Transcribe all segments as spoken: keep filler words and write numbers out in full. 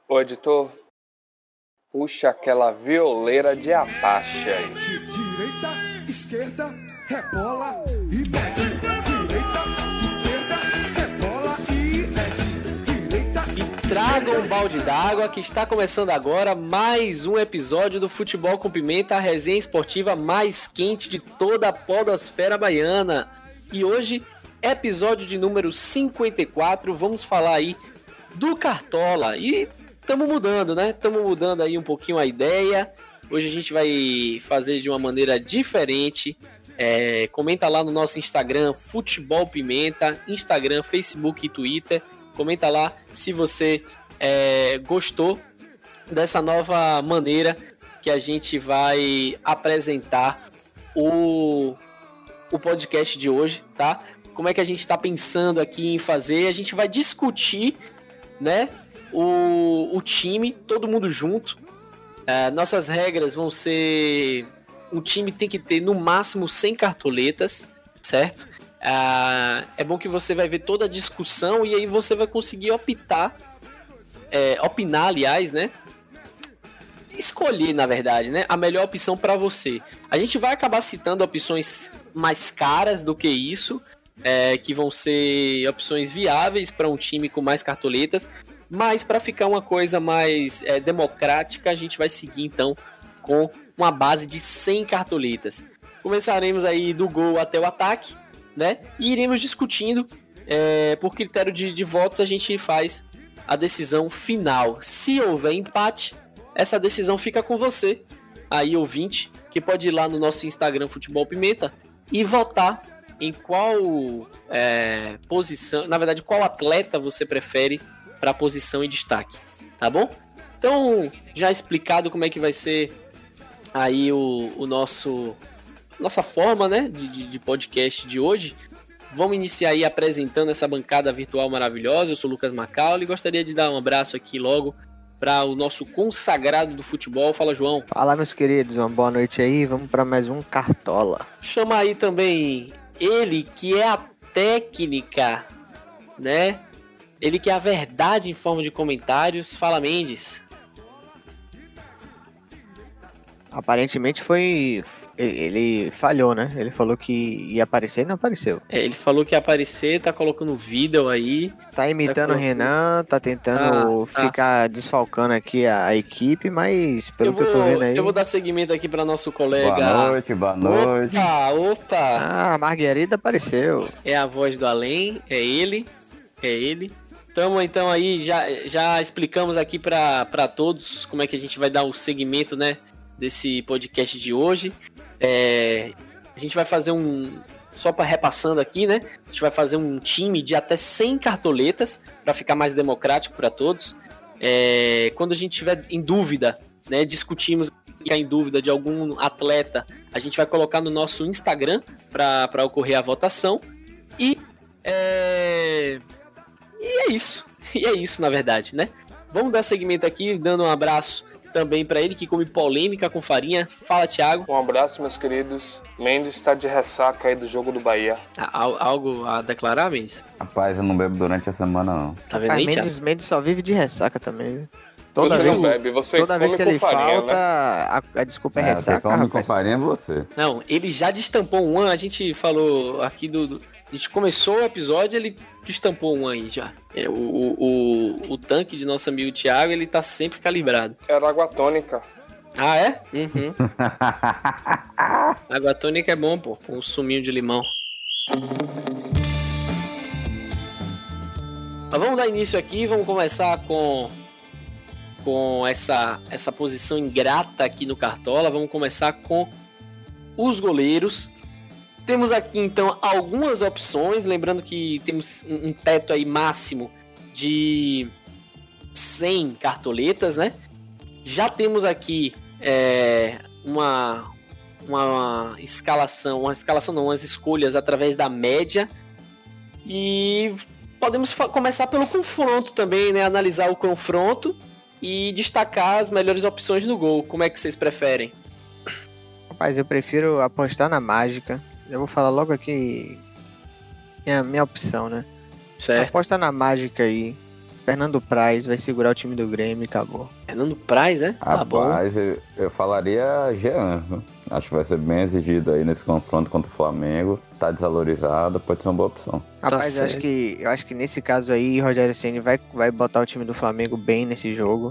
Ô, editor, puxa aquela violeira de Apache aí. Direita, esquerda, rebola e mete. Direita, esquerda, rebola e mete. Direita, E traga um balde d'água que está começando agora mais um episódio do Futebol com Pimenta, a resenha esportiva mais quente de toda a podosfera baiana. E hoje, episódio de número cinquenta e quatro, vamos falar aí do Cartola. E estamos mudando, né? Estamos mudando aí um pouquinho a ideia. Hoje a gente vai fazer de uma maneira diferente. É, comenta lá no nosso Instagram, Futebol Pimenta, Instagram, Facebook e Twitter. Comenta lá se você é, gostou dessa nova maneira que a gente vai apresentar o, o podcast de hoje, tá? Como é que a gente está pensando aqui em fazer? A gente vai discutir, né, o, o time, todo mundo junto. Uh, nossas regras vão ser... Um time tem que ter no máximo cem cartoletas, certo? Uh, é bom que você vai ver toda a discussão e aí você vai conseguir optar, é, opinar, aliás, né? Escolher, na verdade, né, a melhor opção para você. A gente vai acabar citando opções mais caras do que isso, é, que vão ser opções viáveis para um time com mais cartoletas, mas para ficar uma coisa mais é, democrática, a gente vai seguir então com uma base de cem cartoletas. Começaremos aí do gol até o ataque, né? E iremos discutindo, é, por critério de, de votos, a gente faz a decisão final. Se houver empate, essa decisão fica com você, aí ouvinte, que pode ir lá no nosso Instagram Futebol Pimenta e votar em qual é, posição, na verdade, qual atleta você prefere para posição e destaque, tá bom? Então, já explicado como é que vai ser aí o, o nosso nossa forma, né, de, de podcast de hoje, vamos iniciar aí apresentando essa bancada virtual maravilhosa. Eu sou o Lucas Macaulay e gostaria de dar um abraço aqui logo para o nosso consagrado do futebol. Fala, João. Fala, meus queridos, uma boa noite aí, vamos para mais um Cartola. Chama aí também ele que é a técnica, né? Ele que é a verdade em forma de comentários. Fala, Mendes. Aparentemente foi... Ele falhou, né? Ele falou que ia aparecer e não apareceu. É, ele falou que ia aparecer, tá colocando vídeo aí. Tá imitando tá colocando... o Renan, tá tentando ah, ficar ah. desfalcando aqui a, a equipe, mas pelo eu que vou, eu tô vendo aí... Eu vou dar seguimento aqui pra nosso colega... Boa noite, boa noite. Opa, opa! Ah, a Marguerida apareceu. É a voz do além, é ele, é ele. Tamo então aí, já, já explicamos aqui pra, pra todos como é que a gente vai dar o segmento, né, desse podcast de hoje. É, a gente vai fazer um... Só para repassando aqui, né? A gente vai fazer um time de até cem cartoletas para ficar mais democrático para todos. É, quando a gente tiver em dúvida, né? Discutimos ficar em dúvida de algum atleta, a gente vai colocar no nosso Instagram para ocorrer a votação. E é, e é isso. E é isso, na verdade, né? Vamos dar seguimento aqui, dando um abraço também para ele que come polêmica com farinha. Fala, Thiago. Um abraço, meus queridos. Mendes está de ressaca aí do jogo do Bahia. Ah, algo a declarar, Mendes? Rapaz, eu não bebo durante a semana, não. Tá vendo aí, Thiago? Mendes, Mendes só vive de ressaca também, viu? Toda você vez, não bebe, você toda vez que ele farinha, falta, né? a, a desculpa é, é ressaca. Você come com farinha é você. Não, ele já destampou um, a gente falou aqui do... do... A gente começou o episódio, ele destampou um aí já. É, o, o, o, o tanque de nosso amigo Thiago, ele tá sempre calibrado. Era água tônica. Ah, é? Uhum. Água tônica é bom, pô, com um suminho de limão. Mas vamos dar início aqui, vamos começar com, com essa, essa posição ingrata aqui no Cartola. Vamos começar com os goleiros. Temos aqui, então, algumas opções, lembrando que temos um teto aí máximo de cem cartoletas, né? Já temos aqui é, uma, uma escalação, uma escalação não, umas escolhas através da média. E podemos fa- começar pelo confronto também, né? Analisar o confronto e destacar as melhores opções no gol. Como é que vocês preferem? Rapaz, eu prefiro apostar na mágica. Eu vou falar logo aqui minha, minha opção, né? Certo. Aposta na mágica aí. Fernando Praz vai segurar o time do Grêmio e acabou. Fernando Praz, né? Tá bom. Rapaz, eu, eu falaria Jean. Viu? Acho que vai ser bem exigido aí nesse confronto contra o Flamengo. Tá desvalorizado, pode ser uma boa opção. Rapaz, eu certo. acho que eu acho que nesse caso aí, Rogério Ceni vai, vai botar o time do Flamengo bem nesse jogo.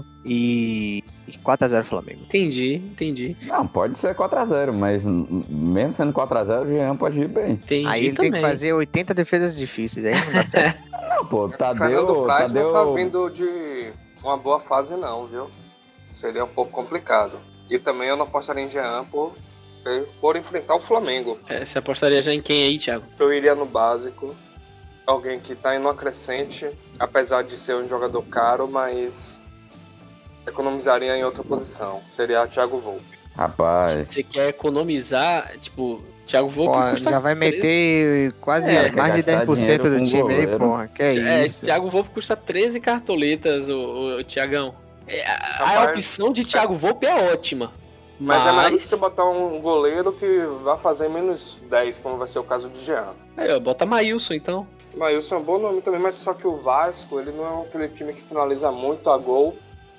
E, e quatro a zero Flamengo. Entendi, entendi. Não, pode ser quatro a zero, mas n- mesmo sendo quatro a zero, o Jean pode ir bem. Entendi Aí ele também. tem que fazer oitenta defesas difíceis, aí não dá certo. Não, pô, O Tadeu... Fernando Praz Tadeu... não tá vindo de uma boa fase não, viu? Seria um pouco complicado. E também eu não apostaria em Jean por, por enfrentar o Flamengo. É, você apostaria já em quem aí, Thiago? Eu iria no básico. Alguém que tá indo crescente, apesar de ser um jogador caro, mas economizaria em outra posição. Seria Thiago Volpe. Rapaz, Você quer economizar, tipo, Thiago Volpe Pô, custa já vai meter quase É, mais de quer gastar dez por cento do dinheiro com time aí, goleiro. porra. Que é, É, isso? Thiago Volpe custa treze cartoletas, o, o Thiagão. É, a, a Rapaz, opção de Thiago Volpe é ótima. Mas, Mas, é melhor você botar um goleiro que vai fazer menos dez, como vai ser o caso de Jean. Aí, ó, bota Maílson então. Maílson é um bom nome também, mas só que o Vasco, ele não é aquele time que finaliza muito a gol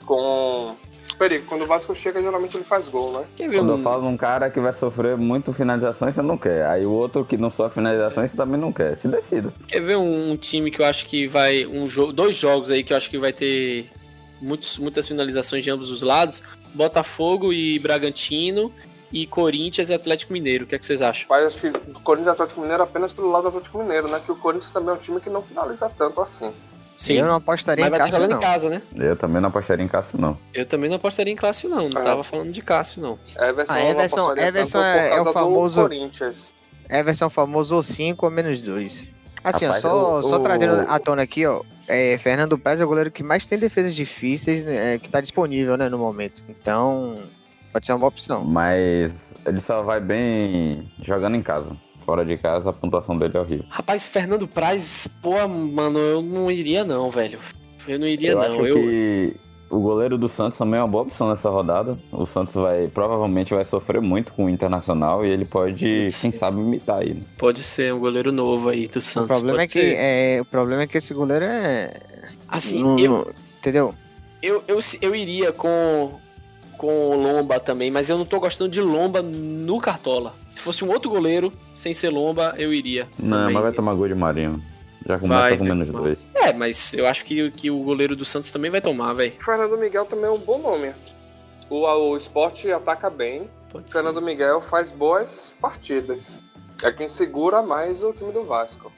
com perigo. Quando o Vasco chega, geralmente ele faz gol, né? Quer ver quando um... eu falo num cara que vai sofrer muito finalizações, você não quer. Aí o outro que não sofre finalizações, você também não quer. Se decida. Quer ver um, um time que eu acho que vai. Um jogo, dois jogos aí que eu acho que vai ter muitos, muitas finalizações de ambos os lados. Botafogo e Bragantino. E Corinthians e Atlético Mineiro. O que é que vocês acham? Mas acho que o Corinthians e Atlético Mineiro apenas pelo lado do Atlético Mineiro, né? Que o Corinthians também é um time que não finaliza tanto assim. Sim. Eu não apostaria Mas em vai estar Cássio, jogando não. em casa, né? Eu também não apostaria em Cássio, não. Eu também não apostaria em Cássio, não. Não Ah. tava falando de Cássio, não. Everson, Ah, eu não Everson- apostaria Everson tanto é- por é o causa do famoso- Corinthians. Everson é o famoso ou cinco ou menos dois. Assim, Rapaz, ó, só, o- só o- trazendo à tona aqui, ó. É, Fernando Praz é o goleiro que mais tem defesas difíceis, né, que tá disponível, né, no momento. Então, pode ser uma boa opção. Mas ele só vai bem jogando em casa. Fora de casa, a pontuação dele é horrível. Rapaz, Fernando Praz, pô, mano, eu não iria não, velho. Eu não iria Eu não. acho eu... que o goleiro do Santos também é uma boa opção nessa rodada. O Santos vai provavelmente vai sofrer muito com o Internacional e ele pode, Sim. quem sabe, imitar ele. Pode ser um goleiro novo aí do O Santos. problema, pode é que, ser. é, o problema é que esse goleiro é... Assim, não- eu, não- entendeu? eu, eu, eu iria com, com o Lomba também, mas eu não tô gostando de Lomba no Cartola. Se fosse um outro goleiro, sem ser Lomba, eu iria. Não, também. mas vai tomar gol de Marinho. Já começa Vai, com vai menos tomar. dois. É, mas eu acho que, que o goleiro do Santos também vai tomar, velho. Fernando Miguel também é um bom nome. O, o Sport ataca bem. Pode ser. Fernando Miguel faz boas partidas. É quem segura mais o time do Vasco.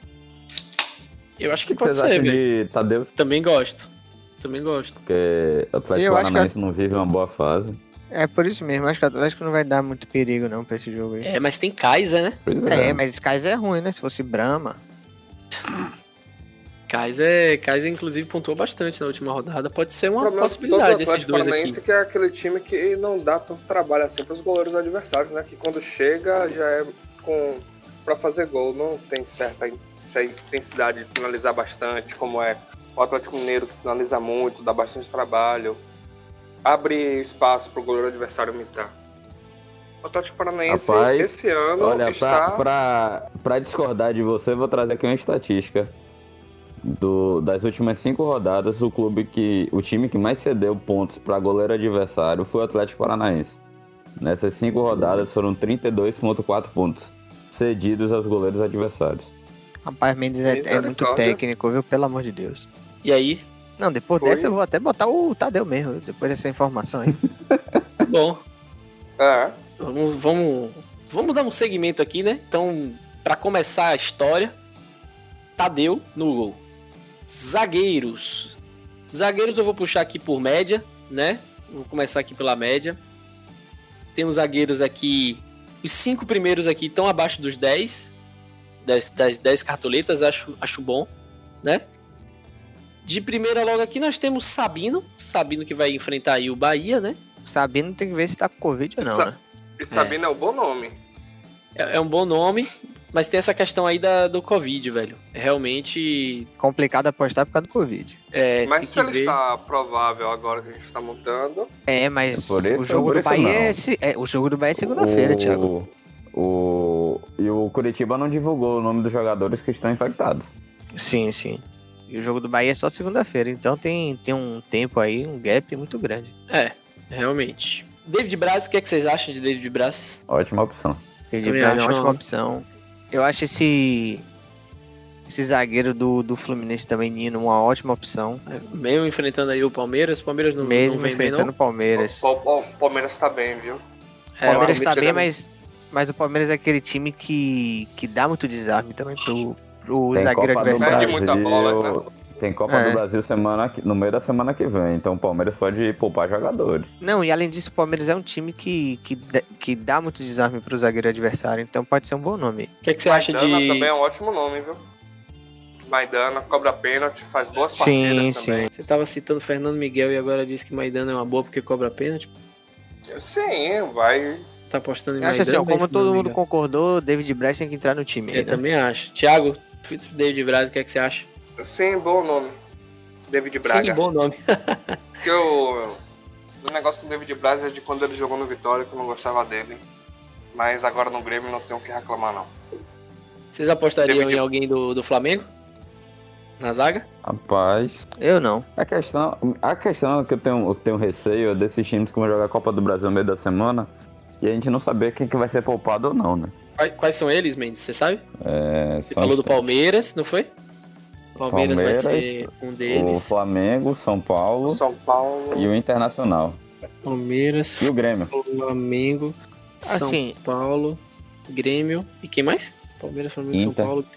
Eu acho O que que, que pode vocês ser, acham velho. de Tadeu? Também gosto. Também gosto. Porque o Atlético Eu acho que- Paranaense não vive uma boa fase. É por isso mesmo, acho que o Atlético não vai dar muito perigo não pra esse jogo aí. É, mas tem Kaiser, né? Pois É, é. mas Kaiser é ruim, né? Se fosse Brahma. Kaiser, Kaiser, inclusive, pontuou bastante na última rodada. Pode ser O uma problema possibilidade do esses Atlético dois Paranaense aqui. que é aquele time que não dá tanto trabalho assim para os goleiros adversários, né? Que quando chega já é com para fazer gol, não tem certa in- essa intensidade de finalizar bastante, como é o Atlético Mineiro que finaliza muito, dá bastante trabalho, abre espaço para o goleiro adversário imitar. O Atlético Paranaense Rapaz, esse ano Olha, está pra, pra, pra discordar de você, eu vou trazer aqui uma estatística. Do, das últimas cinco rodadas, o clube que. O time que mais cedeu pontos para goleiro adversário foi o Atlético Paranaense. Nessas cinco rodadas foram trinta e dois vírgula quatro pontos cedidos aos goleiros adversários. Rapaz, Mendes é, é muito Misericórdia. técnico, viu? Pelo amor de Deus. E aí? Não, depois Foi. dessa eu vou até botar o Tadeu mesmo, depois dessa informação aí. Tá bom. é, Vamos, vamos, vamos dar um segmento aqui, né? Então, pra começar a história, Tadeu no gol. Zagueiros. Zagueiros eu vou puxar aqui por média, né? Vou começar aqui pela média. Temos zagueiros aqui. Os cinco primeiros aqui estão abaixo dos dez. Das, das dez cartoletas, acho, acho bom, né? De primeira logo aqui nós temos Sabino. Sabino que vai enfrentar aí o Bahia, né? Sabino tem que ver se tá com Covid ou não, Sa- né? e Sabino é. um bom nome. É, é um bom nome, mas tem essa questão aí da, do Covid, velho. Realmente. Complicado apostar por causa do Covid. É, Mas tem se que ele ver. está provável agora que a gente está montando, É, mas Por isso- o jogo por do isso Bahia não. é, se- é, o jogo do Bahia é segunda-feira, O- Thiago. O, e o Curitiba não divulgou o nome dos jogadores que estão infectados. Sim, sim. E o jogo do Bahia é só segunda-feira, então tem, tem um tempo aí, um gap muito grande. É, realmente. David Braz, o que, é que vocês acham de David Braz? Ótima opção. David Também Braz é acho uma ótima uma- opção. Eu acho esse, esse zagueiro do, do Fluminense também, Nino, uma ótima opção. Mesmo enfrentando aí o Palmeiras, o Palmeiras não, Mesmo não vem enfrentando bem, o Palmeiras. O, o- o Palmeiras tá bem, viu? O não? É, Palmeiras o tá Palmeiras bem, chega- mas, mas o Palmeiras é aquele time que, que dá muito desarme também pro, pro Tem zagueiro Copa do adversário. Perde muita bola, né? Tem Copa É. do Brasil semana, que- no meio da semana que vem, então o Palmeiras pode poupar jogadores. Não, e além disso, o Palmeiras é um time que, que, dá- que dá muito desarme pro zagueiro adversário, então pode ser um bom nome. O que, é que você acha Maidana de... também é um ótimo nome, viu? Maidana, cobra pênalti, faz boas Sim, partidas sim. também. Você tava citando Fernando Miguel e agora disse que Maidana é uma boa porque cobra pênalti. Sim, vai. Tá apostando em Eu acho Maidana. assim, ó, como mas todo Fernando mundo Miguel? concordou, David Braz tem que entrar no time aí, Eu né? também acho. Thiago, David Braz, o que, é que você acha? Sim, bom nome. David Braga. Sim, bom nome. Porque o, o negócio com o David Braz é de quando ele jogou no Vitória, que eu não gostava dele. Mas agora no Grêmio não tenho o que reclamar, não. Vocês apostariam David- em alguém do, do Flamengo? Na zaga? Rapaz, Eu não. a questão, a questão que eu tenho, eu tenho receio é desses times que vão jogar a Copa do Brasil no meio da semana e a gente não saber quem que vai ser poupado ou não, né? Quais, quais são eles, Mendes? Você sabe? É, Você são falou do os três. Palmeiras, não foi? O Palmeiras, vai Palmeiras, ser um O deles. Flamengo, São Paulo São Paulo. e o Internacional. Palmeiras, E o Grêmio. Flamengo, São Assim- Paulo, Grêmio. E quem mais? Palmeiras, Flamengo, São Inter. Paulo.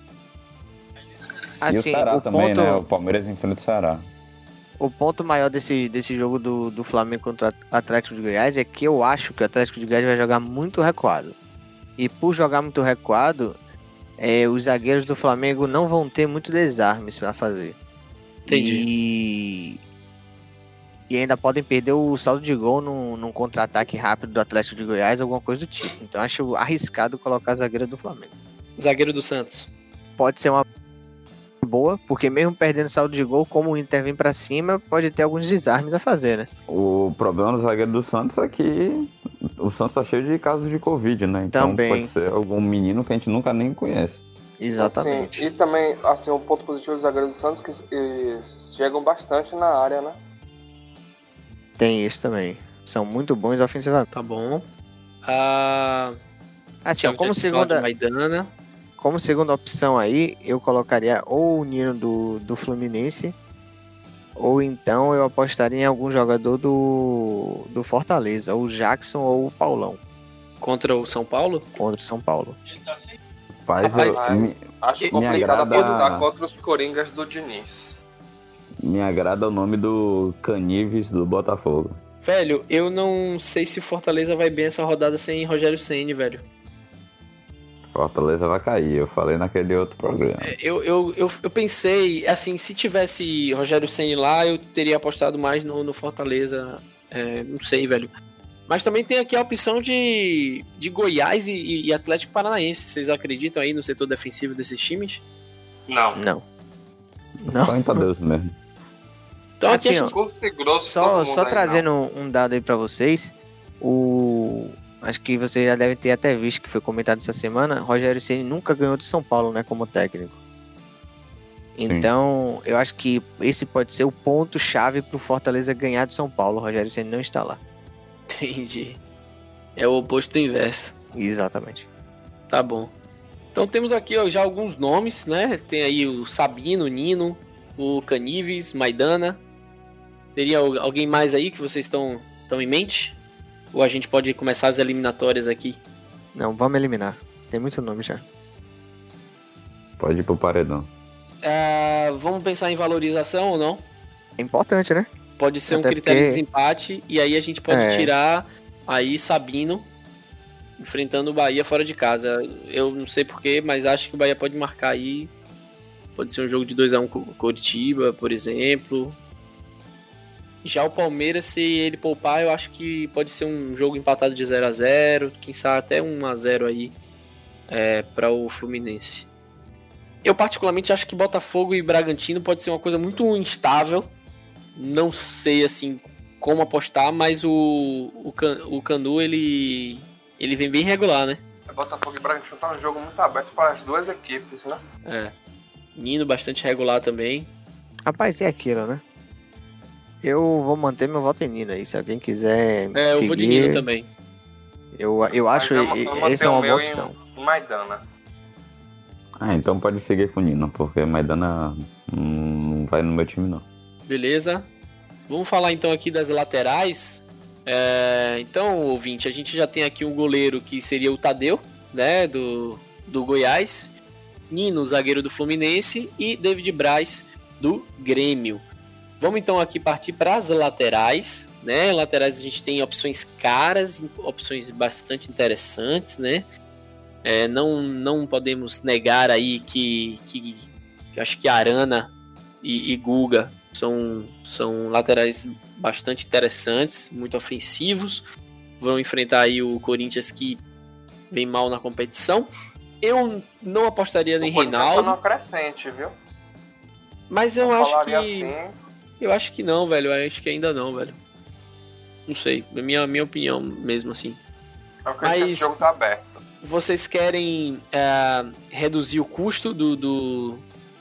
e o Assim, Ceará o também, ponto, né? O Palmeiras enfrenta o Ceará. o ponto maior desse, desse jogo do, do Flamengo contra o Atlético de Goiás é que eu acho que o Atlético de Goiás vai jogar muito recuado. E por jogar muito recuado, é, os zagueiros do Flamengo não vão ter muito desarmes pra fazer. Entendi. E, e ainda podem perder o saldo de gol num, num contra-ataque rápido do Atlético de Goiás, alguma coisa do tipo. Então acho arriscado colocar zagueiro do Flamengo. Zagueiro do Santos. Pode ser uma boa, porque mesmo perdendo saldo de gol, como o Inter vem pra cima, pode ter alguns desarmes a fazer, né? O problema do zagueiro do Santos é que o Santos tá cheio de casos de Covid, né? Então Também. pode ser algum menino que a gente nunca nem conhece. Exatamente. Assim, e também, assim, um ponto positivo dos zagueiros do Santos é que e, chegam bastante na área, né? Tem isso também. São muito bons ofensivamente. Tá bom. Ah, Assim, ó, Thiago como já tinha falado de segunda, Maidana. como segunda opção aí, eu colocaria ou o Nino do, do Fluminense, ou então eu apostaria em algum jogador do, do Fortaleza, ou o Jackson ou o Paulão, Contra o São Paulo? contra o São Paulo. Rapaz, Rapaz, eu- me, Acho Me complicado agrada- apostar contra os Coringas do Diniz. me agrada o nome do Canives do Botafogo. Velho, eu não sei se o Fortaleza vai bem essa rodada sem Rogério Ceni, velho. Fortaleza vai cair, eu falei naquele outro programa. Eu, eu, eu, eu pensei, assim, se tivesse Rogério Ceni lá, eu teria apostado mais no, no Fortaleza. É, não sei, velho. Mas também tem aqui a opção de, de Goiás e, e Atlético Paranaense. Vocês acreditam aí no setor defensivo desses times? Não. Não. Não. Só em Deus mesmo. Então Assim, aqui ó, acho- Curto e grosso, Só, todo mundo só aí, trazendo um, um dado aí pra vocês, o acho que vocês já devem ter até visto que foi comentado essa semana, Rogério Ceni nunca ganhou de São Paulo, né, como técnico. Então, eu acho que esse pode ser o ponto chave pro Fortaleza ganhar de São Paulo. O Rogério Ceni não está lá. entendi. É o oposto do inverso. Exatamente. Tá bom. Então temos aqui ó, já alguns nomes, né? Tem aí o Sabino, o Nino, o Canives, Maidana. Teria al- alguém mais aí que vocês estão estão em mente? Ou a gente pode começar as eliminatórias aqui? Não, vamos eliminar. Tem muito nome já. Pode ir pro paredão. Ah, vamos pensar em valorização ou não? É importante, né? Pode ser um Até critério de porque- desempate e aí a gente pode É. tirar aí Sabino enfrentando o Bahia fora de casa. Eu não sei porquê, mas acho que o Bahia pode marcar aí. Pode ser um jogo de dois a um com o Coritiba, por exemplo. Já o Palmeiras, se ele poupar, eu acho que pode ser um jogo empatado de zero a zero, quem sabe até um a zero aí é, para o Fluminense. Eu particularmente acho que Botafogo e Bragantino pode ser uma coisa muito instável. Não sei assim como apostar, mas o, o, Can- o Canu ele, ele vem bem regular, né? Botafogo e Bragantino tá um jogo muito aberto para as duas equipes, né? É. Nino bastante regular também. Rapaz, é aquilo, né? Eu vou manter meu voto em Nino aí. Se alguém quiser É, seguir, eu vou de Nino também. Eu, eu acho Mas eu, que eu essa é mantenho uma o boa meu opção. em, em Maidana. Ah, então pode seguir com o Nino, porque Maidana hum, não vai no meu time, não. Beleza. Vamos falar então aqui das laterais. É, então, ouvinte, a gente já tem aqui um goleiro que seria o Tadeu, né, do, do Goiás. Nino, zagueiro do Fluminense. E David Braz, do Grêmio. Vamos então aqui partir para as laterais, né? Laterais a gente tem opções caras, opções bastante interessantes, né? É, não, não podemos negar aí que, que, que acho que Arana e, e Guga são, são laterais bastante interessantes, muito ofensivos. Vão enfrentar aí o Corinthians, que vem mal na competição. Eu não apostaria em O Corinthians tá Reinaldo, numa crescente, viu? mas eu Eu acho que falaria assim. eu acho que não, velho. Eu acho que ainda não, velho. Não sei, é minha minha opinião mesmo assim. Eu acredito que Mas- esse jogo tá aberto. Vocês querem é, reduzir o custo do, do,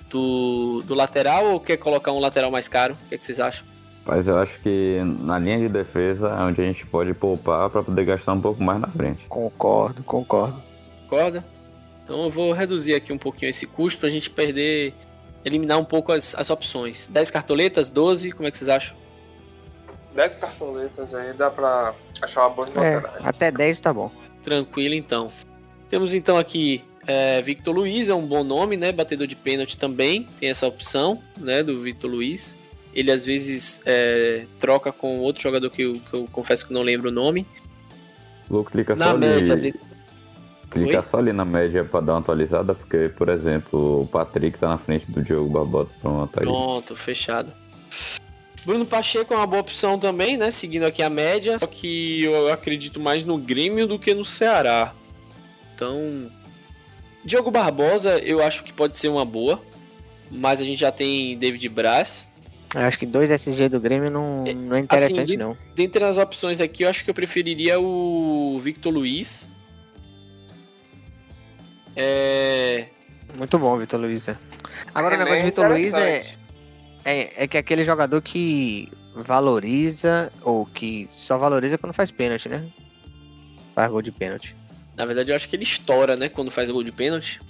do, do lateral ou quer colocar um lateral mais caro? O que, é que vocês acham? Mas eu acho que na linha de defesa é onde a gente pode poupar para poder gastar um pouco mais na frente. Concordo, concordo. Concorda? Então eu vou reduzir aqui um pouquinho esse custo pra gente perder, eliminar um pouco as, as opções. dez cartoletas, doze, como é que vocês acham? dez cartoletas aí dá pra achar uma boa É, laterais. até dez tá bom. Tranquilo então. Temos então aqui é, Victor Luiz, é um bom nome, né? Batedor de pênalti também, tem essa opção, né? Do Victor Luiz. Ele às vezes é, troca com outro jogador que eu, que eu confesso que não lembro o nome. Lu, clica Na só média, ali, de... clica Oi? só ali na média para dar uma atualizada, porque, por exemplo, o Patrick tá na frente do Diogo Barbosa. Pronto, aí. Pronto, fechado. Bruno Pacheco é uma boa opção também, né? Seguindo aqui a média. Só que eu acredito mais no Grêmio do que no Ceará. Então, Diogo Barbosa eu acho que pode ser uma boa. Mas a gente já tem David Braz. Eu acho que dois S G do Grêmio não, não é interessante, Assim, de- não. Dentre as opções aqui, eu acho que eu preferiria o Victor Luiz. É... Muito bom, Vitor Luiz. é. Agora o René negócio de é Vitor Luiz é, interessante. é, é que é aquele jogador que valoriza, ou que só valoriza quando faz pênalti, né? Faz gol de pênalti. Na verdade, eu acho que ele estoura, né? Quando faz o gol de pênalti.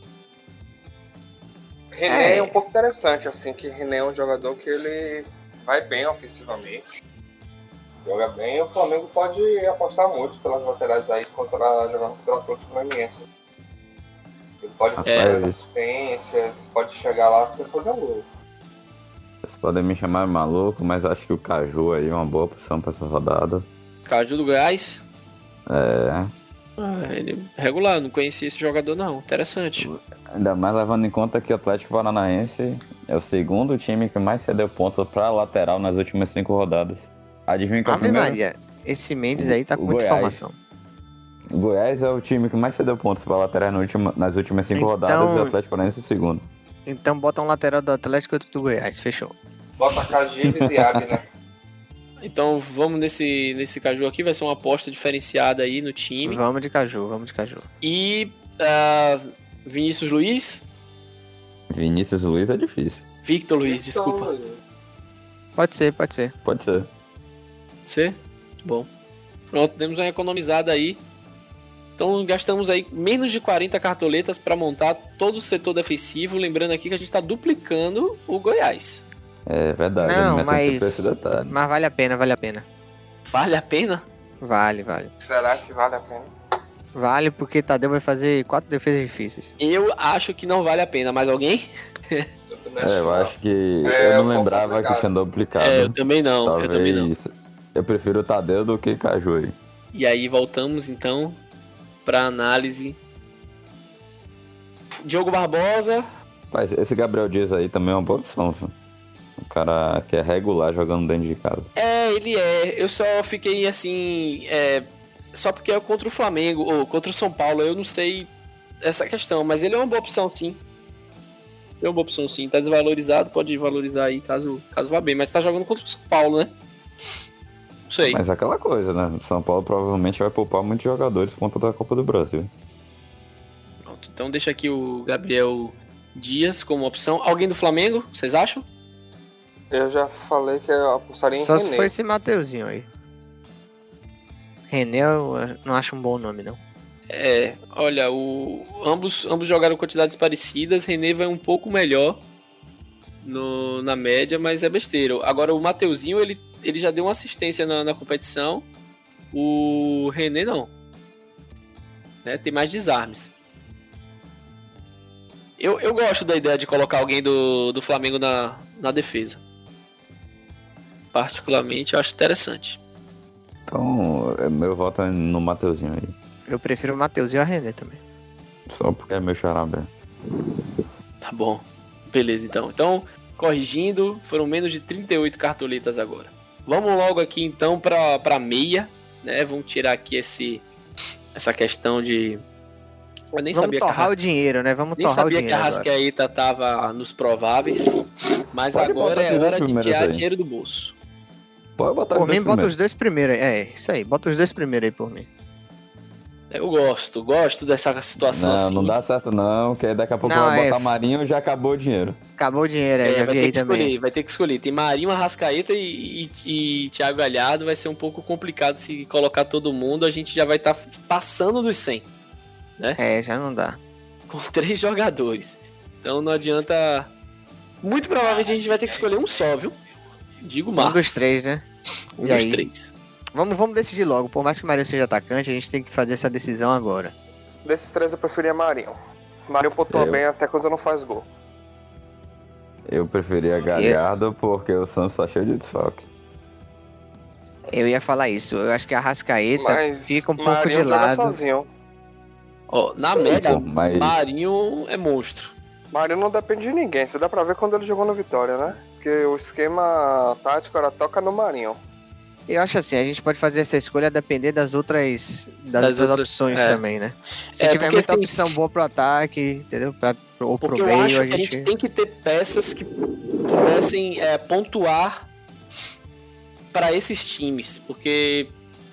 René É. é um pouco interessante, assim, que René é um jogador que ele vai bem ofensivamente. Joga bem e o Flamengo pode apostar muito pelas laterais aí contra, jogando contra o Atlético Goianiense. Ele pode fazer É. as assistências, pode chegar lá e fazer um gol. Vocês podem me chamar de maluco, mas acho que o Caju aí é uma boa opção para essa rodada. Caju do Goiás. É, Ah, ele é regular, eu não conhecia esse jogador não. Interessante. ainda mais levando em conta que o Atlético Paranaense é o segundo time que mais cedeu pontos para lateral nas últimas cinco rodadas. Adivinha qual é o Ave primeiro? Maria, esse Mendes aí tá com O muita Goiás. informação. O Goiás é o time que mais cedeu pontos para lateral nas últimas, nas últimas cinco Então- rodadas e o Atlético Paranaense é o segundo. Então bota um lateral do Atlético e outro do Goiás, fechou. Bota Cagives e Abner. Então vamos nesse, nesse Caju aqui, vai ser uma aposta diferenciada aí no time. Vamos de Caju, vamos de Caju. E ah, Vinícius Luiz, Vinícius Luiz é difícil. Victor Luiz, desculpa. Pode ser, pode ser. Pode ser. Você? Bom. Pronto, demos uma economizada aí. Então gastamos aí menos de quarenta cartoletas para montar todo o setor defensivo. Lembrando aqui que a gente está duplicando o Goiás. É verdade. Não, eu não mas- mas... esse detalhe. Mas vale a pena, vale a pena. Vale a pena? Vale, vale. Será que vale a pena? Vale porque Tadeu vai fazer quatro defesas difíceis. Eu acho que não vale a pena. Mais alguém? Eu também É, que eu não. acho que É, eu um não pouco lembrava complicado. que tinha duplicado. É, eu também não. Talvez Eu também não. eu prefiro o Tadeu do que Caju aí. E aí voltamos então para análise. Diogo Barbosa. Mas esse Gabriel Dias aí também é uma boa opção, viu? O cara que é regular jogando dentro de casa. É, ele é. Eu só fiquei assim. É, só porque é contra o Flamengo ou contra o São Paulo. Eu não sei essa questão, mas ele é uma boa opção sim. É uma boa opção sim. Tá desvalorizado, pode valorizar aí caso, caso vá bem. Mas tá jogando contra o São Paulo, né? Não sei. Mas é aquela coisa, né? O São Paulo provavelmente vai poupar muitos jogadores por conta da Copa do Brasil. Pronto, então deixa aqui o Gabriel Dias como opção. Alguém do Flamengo, vocês acham? Eu já falei que eu apostaria em Só se René. for esse Mateuzinho aí. René eu não acho um bom nome, não. É, olha, o, ambos, ambos jogaram quantidades parecidas. René vai um pouco melhor no, na média, mas é besteira. Agora o Mateuzinho, ele, ele já deu uma assistência na, na competição. O René não. Né, tem mais desarmes. Eu, eu gosto da ideia de colocar alguém do, do Flamengo na, na defesa. Particularmente, eu acho interessante. Então, é, meu voto é no Mateuzinho aí. Eu prefiro o Mateuzinho a René também. Só porque é meu xarabé. Tá bom. Beleza, então. Então, corrigindo, foram menos de trinta e oito cartoletas agora. Vamos logo aqui, então, pra, pra meia. Né? Vamos tirar aqui esse, essa questão de... Eu nem Vamos sabia torrar que a... o dinheiro, né? Vamos Nem torrar o sabia que dinheiro a agora. Rascaeta tava nos prováveis. Mas Pode agora botar é esses dois hora de primeiros tirar aí. dinheiro do bolso. Pode botar Por os dois mim, bota primeiros. os dois primeiros aí. É, isso aí. Bota os dois primeiros aí por mim. Eu gosto, gosto dessa situação Não, assim. não dá certo não, que aí daqui a pouco Não, vai é- botar Marinho e já acabou o dinheiro. Acabou o dinheiro aí, É, já vai vi ter aí que também. escolher, vai ter que escolher. Tem Marinho, Arrascaeta e, e, e Thiago Galhardo. Vai ser um pouco complicado se colocar todo mundo. A gente já vai estar passando dos cem. É, já não dá. Com três jogadores. Então não adianta. Muito provavelmente a gente vai ter que escolher um só, viu? Digo Um mais. dos três, né? Um E dos aí? três. Vamos, vamos decidir logo. Por mais que o Marinho seja atacante, a gente tem que fazer essa decisão agora. Desses três eu preferia Marinho. Marinho pontua Eu. bem até quando não faz gol. Eu preferia Galhardo porque o Santos tá cheio de desfalque. Eu ia falar isso. Eu acho que a Rascaeta Mas fica um pouco Marinho de joga lado. sozinho. Ó, na Sim, média, pô, mas- Marinho é monstro. Marinho não depende de ninguém. Você dá pra ver quando ele jogou no Vitória, né? Porque o esquema tático era toca no Marinho. Eu acho assim, a gente pode fazer essa escolha a depender das outras, das Das outras outras- opções é. também, né? Se É, tiver porque, muita assim, opção boa pro ataque, entendeu? Pra, ou pro Porque eu meio, acho a que a gente... gente tem que ter peças que pudessem é, pontuar para esses times. Porque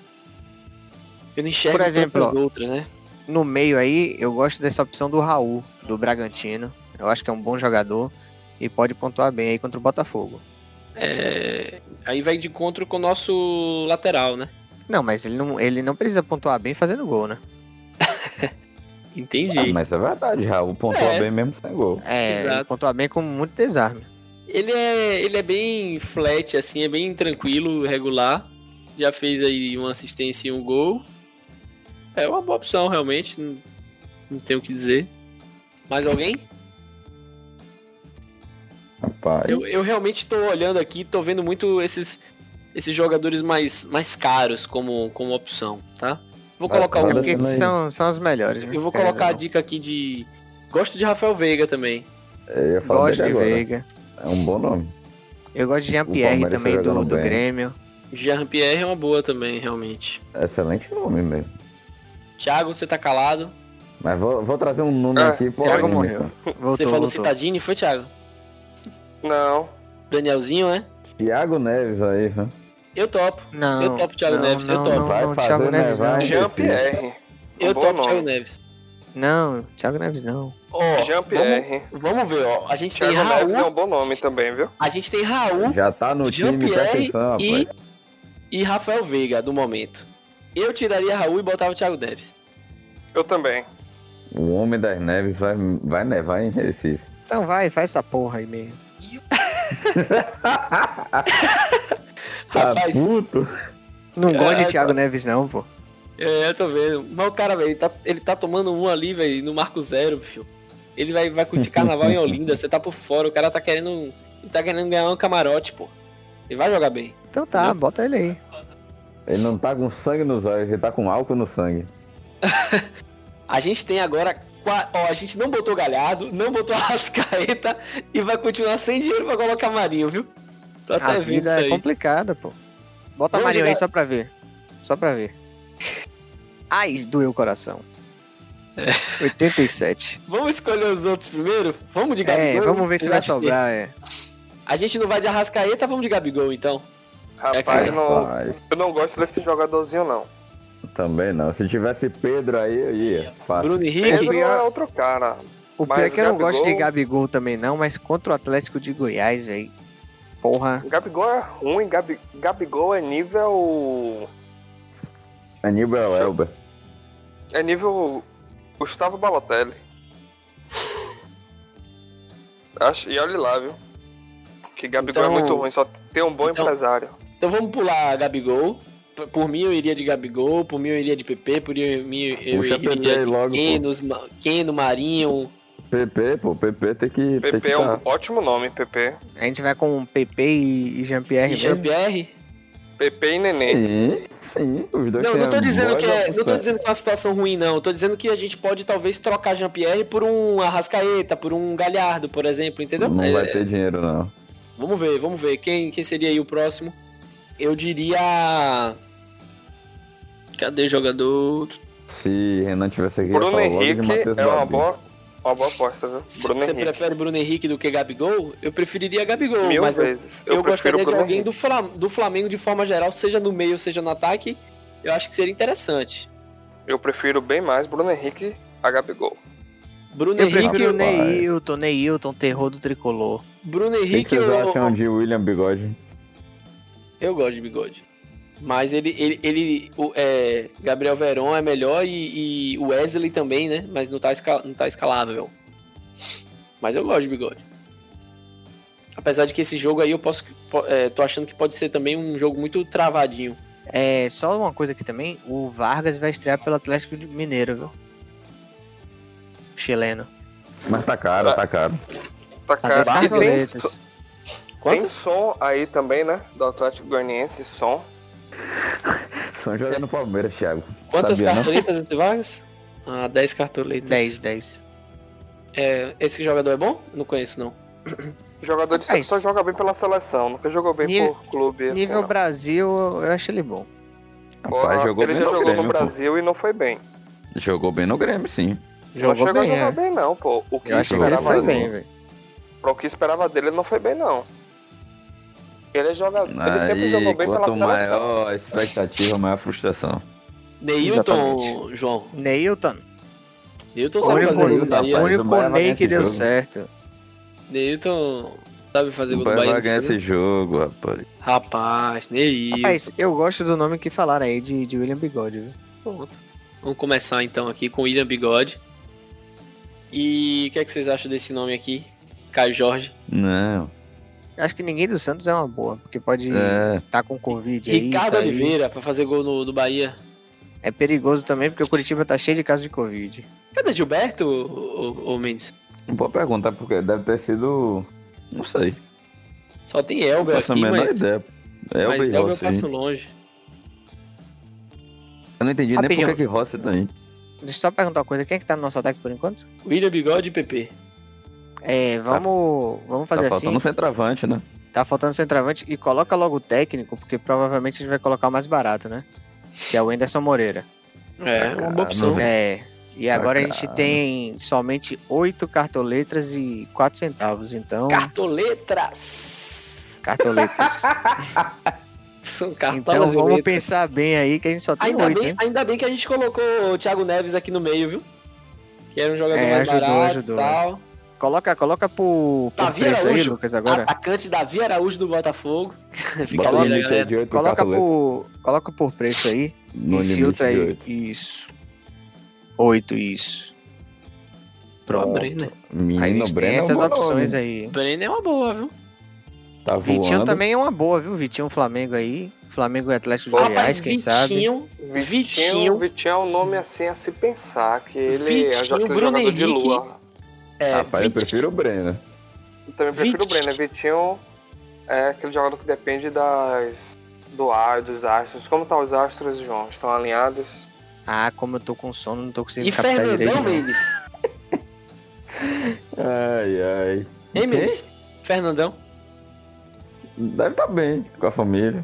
eu não enxergo Por exemplo, tantas ó, outras, né? No meio aí, eu gosto dessa opção do Raul, do Bragantino. Eu acho que é um bom jogador e pode pontuar bem aí contra o Botafogo. É, aí vai de encontro com o nosso lateral, né? Não, mas ele não, ele não precisa pontuar bem fazendo gol, né? Entendi. Ah, mas é verdade, Raul pontua É. bem mesmo sem gol. É, Exato. ele pontua bem com muito desarme. Ele é, ele é bem flat, assim, é bem tranquilo, regular. Já fez aí uma assistência e um gol. É uma boa opção, realmente. Não, não tenho o que dizer. Mais alguém? Rapaz. Eu, eu realmente tô olhando aqui, tô vendo muito esses, esses jogadores mais, mais caros como, como opção, tá? Vou Vai- colocar vai É um, dar- porque descendo aí. são, são os melhores, né? eu vou Querendo colocar a ou não. dica aqui de... Gosto de Rafael Veiga também. Eu ia falar Gosto dele de agora. Veiga. É um bom nome. Eu gosto de O Jean-Pierre Palmeiras também, tá do, jogando do bem. Grêmio. Jean-Pierre é uma boa também, realmente. Excelente nome mesmo. Thiago, você tá calado? Mas vou, vou trazer um nome Ah, aqui. Thiago polêmico. morreu. Voltou, você falou voltou. Citadini, foi, Thiago? Não. Danielzinho, né? Thiago Neves aí, viu? Eu topo. Não, Eu topo Thiago não, Neves, eu não, topo. Não, Vai não, fazer Thiago Neves nevar não. em Jean-Pierre. Eu Um bom topo nome. Thiago Neves. Não, Thiago Neves não. Ó, Jean-Pierre. vamos, vamos ver, ó. A gente Thiago tem Neves é um Raul, bom nome também, viu? a gente tem Raul Já tá no time, presta Jean-Pierre atenção, rapaz. e, e Rafael Veiga, do momento. Eu tiraria Raul e botava o Thiago Neves. Eu também. O Homem das Neves vai, vai nevar em Recife. Então vai, faz essa porra aí mesmo. Tá Rapaz, puto? Não gosto É, de Thiago Neves não, pô. é, eu tô vendo. Mas o cara, velho, ele tá, ele tá tomando um ali, velho, no Marco Zero, filho. Ele vai, vai curtir carnaval em Olinda, você tá por fora, o cara tá querendo. Ele tá querendo ganhar um camarote, pô. Ele vai jogar bem. Então tá, Entendeu? bota ele aí. Ele não tá com sangue nos olhos, ele tá com álcool no sangue. A gente tem agora. qua- Ó, a gente não botou Galhardo, não botou Arrascaeta e vai continuar sem dinheiro pra colocar Marinho, viu? Tô até A vendo vida isso é aí. complicada, pô. Bota Vamos Marinho aí jogar- só pra ver. Só pra ver. Ai, doeu o coração. É. oitenta e sete. Vamos escolher os outros primeiro? Vamos de É, Gabigol? vamos ver se Eu vai acho que- sobrar, é. A gente não vai de Arrascaeta, vamos de Gabigol, então. Rapaz, É que- eu não, Rapaz, eu não gosto desse jogadorzinho, não. também não. Se tivesse Pedro aí, eu ia. Fácil. Bruno Henrique? Pedro pior- é outro cara. O pior Mas é que eu não Gabigol- gosto de Gabigol também não, mas contra o Atlético de Goiás, velho. Porra. Gabigol é ruim, Gabi, Gabigol é nível. Aníbal Elber. É nível Gustavo Balotelli. Acho, e olha lá, viu? Que Gabigol Então- é muito ruim, só tem um bom então- empresário. Então vamos pular Gabigol. P- Por mim eu iria de Gabigol, por mim eu iria de P P, por mim eu Puxa iria P P aí de logo, pô. Kenos, Ma- Keno, Marinho. P P, pô, P P tem que. tem P P que é um tá. ótimo nome, P P. A gente vai com P P e, e Jean-Pierre E mesmo? Jean-Pierre? P P e Nenê. Sim, sim, os dois Não, têm não tô dizendo boas que é, não tô opções. dizendo que é uma situação ruim, não. Eu tô dizendo que a gente pode talvez trocar Jean-Pierre por um Arrascaeta, por um Galhardo, por exemplo, entendeu? Não É, vai ter dinheiro, não. Vamos ver, vamos ver. Quem, quem seria aí o próximo? Eu diria. Cadê jogador? Se Renan tivesse aqui, ia Bruno falar logo de Henrique Matheus é uma Babi. boa, uma boa aposta, viu? Bruno Você Henrique. prefere Bruno Henrique do que Gabigol? Eu preferiria Gabigol, Mil mas eu, vezes. eu, Eu, prefiro gostaria de Bruno alguém Henrique. do, Flam- do Flamengo de forma geral, seja no meio, seja no ataque. Eu acho que seria interessante. Eu prefiro bem mais Bruno Henrique a Gabigol. Bruno Eu Henrique, prefiro o Rapaz. Neilton, Neilton, terror do tricolor. Bruno O que, que Henrique, vocês eu, acham de William Bigode? eu gosto de bigode. Mas ele, ele, ele o, é, Gabriel Veron é melhor e, e o Wesley também, né? Mas não tá, esca, não tá escalável. Mas eu gosto de bigode. Apesar de que esse jogo aí eu posso. po- é, tô achando que pode ser também um jogo muito travadinho. É, só uma coisa aqui também, o Vargas vai estrear pelo Atlético de Mineiro, viu? Chileno. Mas tá caro, tá caro. Tá Tá cara. dez E tem, cartoletas. tem Quantos? som aí também, né? Do Atlético Goianiense, som. São jogando no Palmeiras, Thiago. Quantas Sabia, não? cartoletas esse Vargas? Ah, dez cartoletas. dez, dez. É, esse jogador é bom? Não conheço, não. Jogador de Rapaz, só joga bem pela seleção, nunca jogou bem nível- por clube. assim, Nível não. Brasil, eu acho ele bom. Porra, Rapaz, jogou ele bem já no jogou Grêmio, no pô. Brasil e não foi bem. Jogou bem no Grêmio, sim. não Jogou chegou bem, a jogar é. bem, não, pô. O que Eu achei que ele esperava foi dele, bem, velho. Pra o que esperava dele, ele não foi bem, não. Ele, joga, ele sempre Aí, jogou bem pela quanto seleção. maior a expectativa, maior a frustração. Neilton, Exatamente. João. Neilton. Neilton O sabe único, fazer gol do Neilton, Bahia. o rapaz. único o Bahia vai Ney ganhar que esse deu jogo. certo. Neilton sabe fazer O gol do Bahia Bahia. vai ganhar não precisa, esse jogo, rapaz. não? Rapaz, Neilton. Rapaz, eu gosto do nome que falaram aí de, de William Bigode, viu? Pronto. Vamos começar então aqui com William Bigode. E o que, é que vocês acham desse nome aqui? Caio Jorge. Não. Eu acho que ninguém do Santos é uma boa, porque pode É. estar com Covid aí. Ricardo sair. Oliveira pra fazer gol no, do Bahia. É perigoso também, porque o Curitiba tá cheio de casos de Covid. Cadê Gilberto, ô, ô, ô Mendes? Não vou perguntar porque deve ter sido. Não sei. Só tem Não Elber faço a aqui, menor mas, ideia. É o mas Bey Elber eu Rossi. passo longe. Eu não entendi nem Rapidinho. por que que Rossi tá aí. Deixa eu só perguntar uma coisa, quem é que tá no nosso ataque por enquanto? William Bigode e P P. É, vamos, vamos Tá fazer faltando um assim, centroavante, né? tá faltando centroavante e coloca logo o técnico, porque provavelmente a gente vai colocar o mais barato, né? Que é o Anderson Moreira. É, uma boa opção. não- É, e agora a Tá gente caro. tem somente oito cartoletras e quatro centavos, então... Cartoletras. Cartoletas. São cartolas Então e vamos letras. pensar bem aí, que a gente só tem Ainda oito, bem, hein? ainda bem que a gente colocou o Thiago Neves aqui no meio, viu? Que era um jogador É, mais ajudou, barato ajudou. e tal. Coloca, coloca por, por Davi preço aí, Araújo. Lucas, agora. Atacante Davi Araújo do Botafogo. Fica Bota ali, no né, limite aí galera? de oito Coloca cartoletas. por, coloca por preço aí. No e limite filtra de aí. oito. Isso. Oito, isso. Pronto. Brenner. Aí a Menino gente tem Breno é um essas bom opções nome. aí. Brenner é uma boa, viu? Tá voando. Vitinho também é uma boa, viu? Vitinho Flamengo aí. Flamengo e Atlético de Pô, Goiás, Rapaz, quem sabe. Vitinho, Vitinho, Vitinho, Vitinho é um nome assim a se pensar, que ele Vitinho, é aquele Bruno jogador de Henrique. lua. é, Rapaz, eu Vitinho- prefiro o Breno. Eu também prefiro Vitinho. o Brenner. Vitinho é aquele jogador que depende das, do ar, dos astros. Como tá os astros, João? Estão alinhados? Ah, como eu tô com sono, não tô conseguindo E captar direito. Fernandão, não. Mendes. Ai, ai. Hein, Quem? Mendes? Fernandão. Deve estar bem com a família.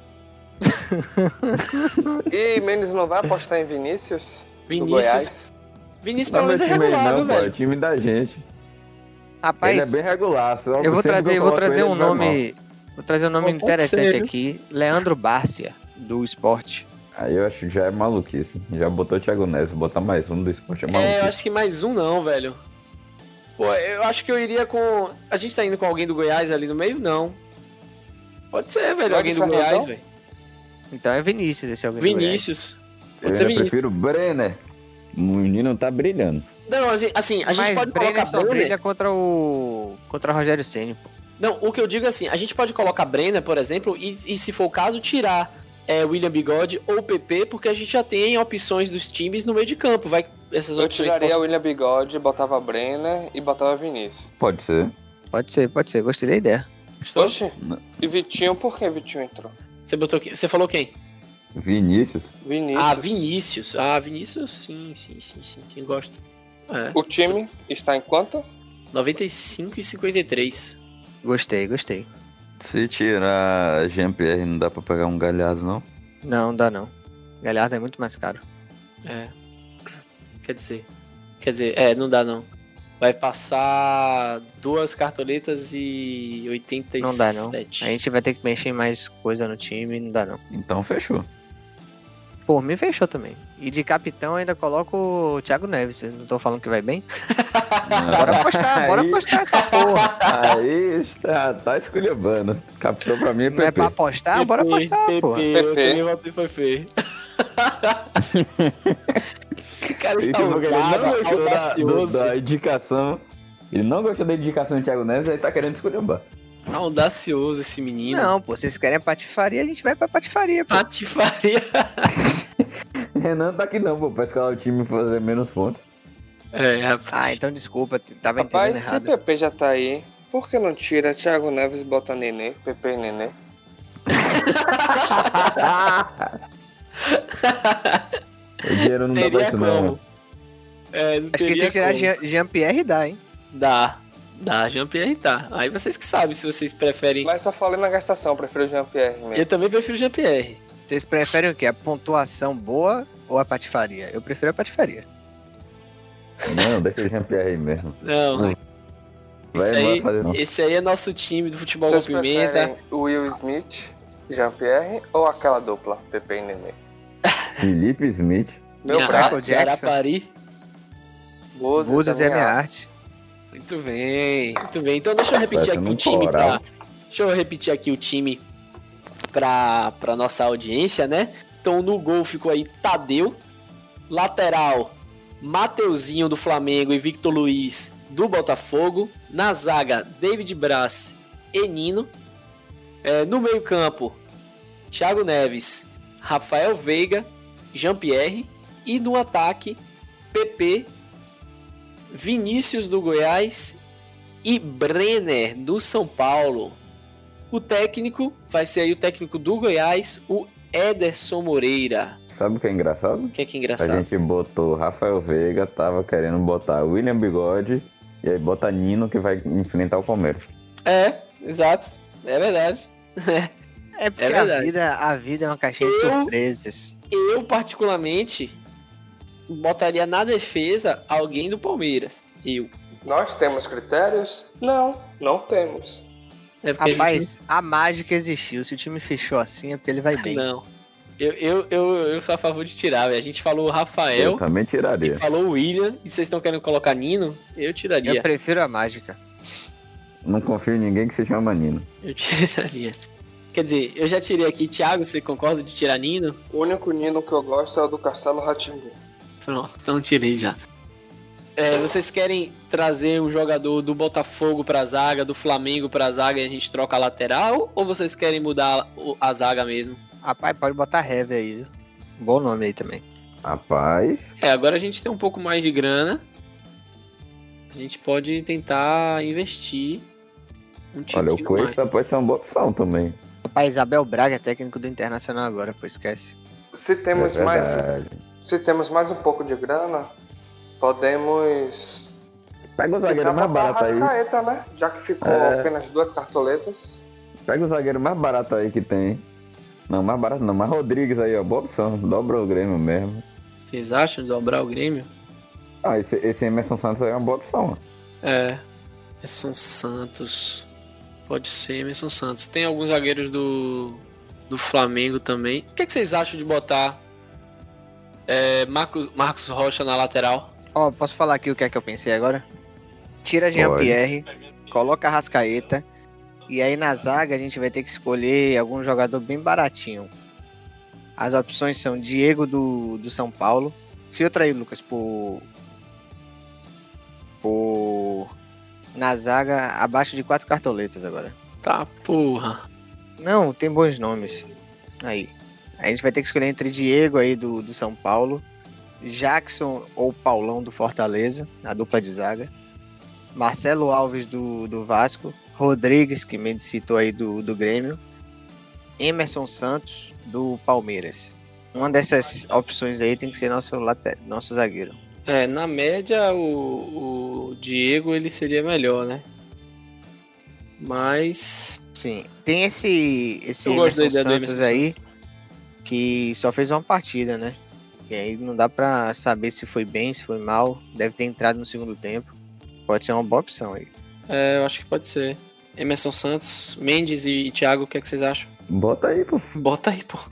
E Mendes não vai apostar em Vinícius? Do Vinícius. Goiás? Vinícius Não pelo é menos é meu time aí regular, não, viu, pô. É o velho? time da gente. Rapaz, Ele é bem regular. só eu vou sempre que trazer, eu vou coloco trazer ele, um ele vai mal. nome. Vou trazer um nome Pô, pode interessante ser, viu? aqui. Leandro Bárcia, do esporte. Aí eu acho que já é maluquice. Já botou o Thiago Neves, botar mais um do esporte é É, eu maluquice. acho que mais um não, velho. Pô, eu acho que eu iria com... A gente tá indo com alguém do Goiás ali no meio? Não. Pode ser, velho, Vai alguém de do Goiás, Fernandão? velho. Então é Vinícius esse alguém do Goiás. Vinícius. Eu Pode ser ainda Vinícius. prefiro Brenner. O menino tá brilhando. Não, assim, assim, a gente Mas pode Brenner colocar só Brenner... brilha contra o contra o Rogério Ceni, pô. Não, o que eu digo é assim, a gente pode colocar Brenner, por exemplo, e, e se for o caso, tirar é, William Bigode ou P P, porque a gente já tem opções dos times no meio de campo. Vai, essas Eu opções tiraria possam- o William Bigode, botava Brenner e botava Vinícius. Pode ser. Pode ser, pode ser. Gostei da ideia. Oxi, e Vitinho, por que Vitinho entrou? Você botou quem? Você falou quem? Vinícius. Vinícius. Ah, Vinícius. Ah, Vinícius, sim, sim, sim, sim. Quem gosta? É. O time está em quanto? noventa e cinco e cinquenta e três. Gostei, gostei. Se tirar Jean-Pierre, não dá pra pegar um Galhardo, não? Não, dá não. Galhardo é muito mais caro. É. Quer dizer. Quer dizer, é, não dá não. Vai passar duas cartoletas e oitenta e sete. Não dá não. A gente vai ter que mexer em mais coisa no time, não dá não. Então fechou. Pô, me fechou também. E de capitão eu ainda coloco o Thiago Neves. Eu não tô falando que vai bem? Bora apostar, bora Aí- apostar essa porra. Aí está, tá esculhambando. Capitão pra mim é Não é pra P P. apostar? Bora apostar, P P, porra. Eu P P. também voltei foi feio. Esse cara Isso está porque ele não ousado, gostou da, do- audacioso. da indicação. Ele não gostou da indicação do Thiago Neves, aí tá querendo esculhambar. Audacioso esse menino. Não, pô, vocês querem a patifaria, a gente vai pra patifaria, pô. Patifaria. Renan tá aqui não, pô, pra escalar o time e fazer menos pontos. É, rapaz. Ah, então desculpa, tava Rapaz, entendendo se errado. P P já tá aí, por que não tira Thiago Neves e bota Nenê? P P e Nenê? O dinheiro não dá pra Teria isso não, como. mano. É, não Acho que teria se tirar como. Jean- Jean-Pierre dá, hein? Dá. Dá, Jean-Pierre tá. Aí vocês que sabem se vocês preferem. Mas só falei na gastação, prefiro o Jean-Pierre Eu mesmo. também prefiro Jean-Pierre. Vocês preferem o quê? A pontuação boa ou a patifaria? Eu prefiro a patifaria. Não, deixa o Jean-Pierre aí mesmo. Não. Vai, Esse não vai aí, fazer não. esse aí é nosso time do futebol Vocês com pimenta. preferem o Will Smith, Jean-Pierre ou aquela dupla, P P e Nenê? Felipe Smith. Meu Minha braço, arte, Jackson. Arapari. Búzios, Búzios é minha arte. Muito bem, muito bem. Então deixa eu repetir Certo, aqui o no time coral. pra. Deixa eu repetir aqui o time pra, pra nossa audiência, né? Então no gol ficou aí Tadeu. Lateral, Mateuzinho do Flamengo e Victor Luiz do Botafogo. Na zaga, David Braz e Nino. É, no meio-campo, Thiago Neves, Rafael Veiga, Jean-Pierre. E no ataque, P P, Vinícius do Goiás e Brenner do São Paulo. O técnico vai ser aí o técnico do Goiás, o Ederson Moreira. Sabe o que é engraçado? O que é que é A engraçado? gente botou Rafael Veiga, tava querendo botar William Bigode e aí bota Nino que vai enfrentar o Palmeiras. É, exato. É verdade. É porque É a, verdade. vida, a vida é uma caixinha de Eu- surpresas. Eu, particularmente, botaria na defesa alguém do Palmeiras. Eu. Nós temos critérios? Não, não temos. É porque a gente Rapaz, a mágica existiu. Se o time fechou assim é porque ele vai bem. Não. Eu, eu, eu, eu sou a favor de tirar, velho. A gente falou o Eu Rafael também tiraria. e falou o William. E vocês estão querendo colocar Nino? Eu tiraria. Eu prefiro a mágica. Não confio em ninguém que se chama Nino. Eu tiraria. Quer dizer, eu já tirei aqui. Thiago, você concorda de tirar Nino? O único Nino que eu gosto é o do Castelo Rá-Tim-Bum. Pronto, então tirei já. É, vocês querem trazer um jogador do Botafogo pra zaga, do Flamengo pra zaga e a gente troca a lateral? Ou vocês querem mudar o- a zaga mesmo? Rapaz, pode botar Heavy aí. Viu? Bom nome aí também. Rapaz, É, agora a gente tem um pouco mais de grana. A gente pode tentar investir um time olha, o Cuesta pode ser uma boa opção também. Rapaz, Abel Braga é técnico do Internacional agora, pô, esquece. Se temos, É mais, verdade. se temos mais um pouco de grana, podemos Pega o zagueiro tentar mais botar barato aí. Arrascaeta, né? Já que ficou É. apenas duas cartoletas. Pega o zagueiro mais barato aí que tem. Não, mais barato não, mas Rodrigues aí, ó. Boa opção. Dobra o Grêmio mesmo. Vocês acham de dobrar o Grêmio? Ah, esse, esse Emerson Santos aí é uma boa opção. ó. É. Emerson Santos. Pode ser Emerson Santos. Tem alguns zagueiros do, do Flamengo também. O que, é que vocês acham de botar é, Marcos, Marcos Rocha na lateral? Ó, posso falar aqui o que é que eu pensei agora? tira Pode. Jean-Pierre, coloca Arrascaeta. E aí na zaga a gente vai ter que escolher algum jogador bem baratinho. As opções são Diego do, do São Paulo. Filtra aí, Lucas, por... por... na zaga abaixo de quatro cartoletas agora. Tá, porra. Não, tem bons nomes. Aí. A gente vai ter que escolher entre Diego aí do, do São Paulo, Jackson ou Paulão do Fortaleza, a dupla de zaga. Marcelo Alves do, do Vasco. Rodrigues, que Mendes citou aí do, do Grêmio. Emerson Santos do Palmeiras. Uma dessas opções aí tem que ser nosso, later, nosso zagueiro. É, na média o, o Diego ele seria melhor, né? Mas Sim, tem esse, esse Eu gosto da Emerson ideia do Santos Emerson aí que só fez uma partida, né? E aí não dá pra saber se foi bem, se foi mal. Deve ter entrado no segundo tempo. Pode ser uma boa opção aí. é, eu acho que pode ser. Emerson Santos, Mendes e Thiago, o que é que vocês acham? Bota aí, pô. Bota aí, pô.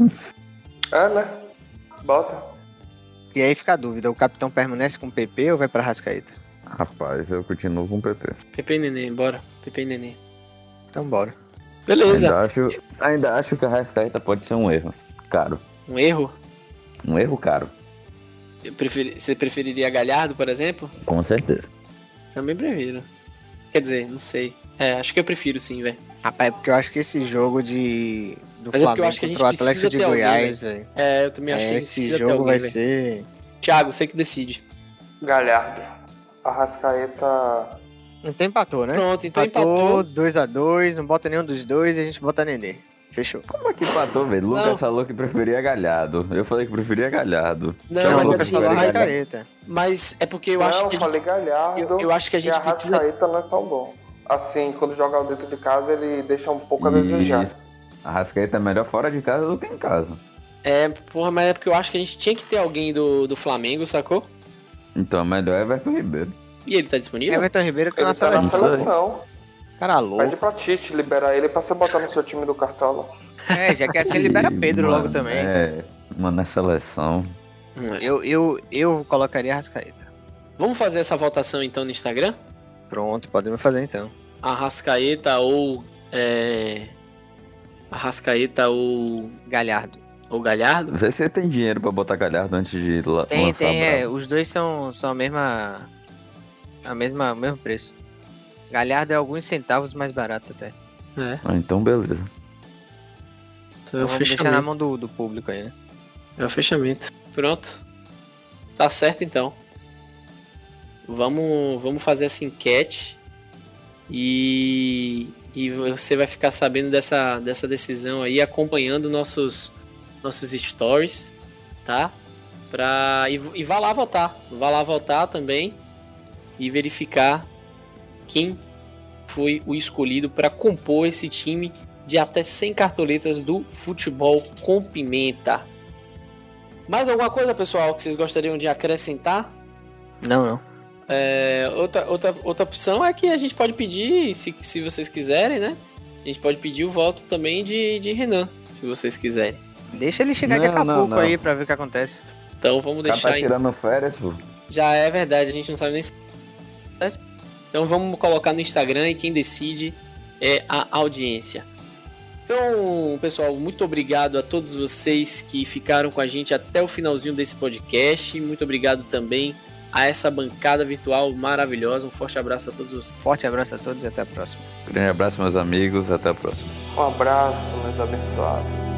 É, né? Bota. E aí fica a dúvida, o capitão permanece com o P P ou vai pra Arrascaeta? Rapaz, eu continuo com o P P. Pepe e Nenê, bora. Pepe e Nenê. Então bora. Beleza. Ainda acho, ainda acho que a Arrascaeta pode ser um erro. Caro. Um erro? Um erro caro. Eu preferi... Você preferiria Galhardo, por exemplo? Com certeza. Também prefiro. Quer dizer, não sei. É, acho que eu prefiro sim, velho. Rapaz, é porque eu acho que esse jogo de do Mas é porque eu Flamengo acho que a gente contra o precisa Atlético de ter alguém, Goiás, velho. É, eu também acho É, que a gente esse precisa ter jogo alguém, vai velho. ser. Thiago, você que decide. Galhardo. Arrascaeta. Então empatou, né? Pronto, então empatou empatou. dois a dois, não bota nenhum dos dois e a gente bota Nenê. Fechou. Como é que empatou, velho? Lucas Não. falou que preferia Galhardo. Eu falei que preferia Galhardo. Não, Não, mas o Lucas assim, falou mas- Arrascaeta. Mas é porque eu não, acho eu que a falei gente, Galhardo. eu, eu acho que a E gente precisa. Arrascaeta não é tão bom. Assim, quando joga dentro de casa, ele deixa um pouco a desejar. Isso. A Arrascaeta é melhor fora de casa do que em casa. É, porra, mas é porque eu acho que a gente tinha que ter alguém do, do Flamengo, sacou? Então é melhor Everton Ribeiro. E ele tá disponível? Everton Ribeiro tá Ele na tá na seleção. seleção. Cara Pede louco. pra Tite liberar ele pra você botar no seu time do Cartola. É, já que assim libera Pedro Mano, logo também. É, mano, na seleção. Hum, é. Eu, eu, eu colocaria Arrascaeta. Vamos fazer essa votação então no Instagram? Pronto, podemos fazer então. Arrascaeta ou. É... Arrascaeta ou. Galhardo. Ou Galhardo? Vê se tem dinheiro pra botar Galhardo antes de la- Tem, lançar tem, é, Bravo. os dois são, são a mesma. A mesma, o mesmo preço. Galhardo é alguns centavos mais barato até. É. Ah, então beleza. Então é o Então vamos deixar na fechamento. mão do, do público aí, né? É o fechamento. Pronto. Tá certo então. Vamos, vamos fazer essa enquete. E, e você vai ficar sabendo dessa, dessa decisão aí, acompanhando nossos, nossos stories, tá? Pra, e, e vá lá votar. Vá lá votar também e verificar quem foi o escolhido para compor esse time de até cem cartoletas do Futebol com Pimenta. Mais alguma coisa, pessoal, que vocês gostariam de acrescentar? Não, não. É, outra, outra, outra opção é que a gente pode pedir, se, se vocês quiserem, né? A gente pode pedir o voto também de, de Renan, se vocês quiserem. Deixa ele chegar de Não, não, Acapulco não. aí pra ver o que acontece. Então vamos O cara deixar. tá tirando férias, pô. Já é verdade, a gente não sabe nem se. Então vamos colocar no Instagram e quem decide é a audiência. Então, pessoal, muito obrigado a todos vocês que ficaram com a gente até o finalzinho desse podcast. Muito obrigado também a essa bancada virtual maravilhosa. Um forte abraço a todos vocês. Forte abraço a todos e até a próxima. Grande abraço, meus amigos. Até a próxima. Um abraço, meus abençoados.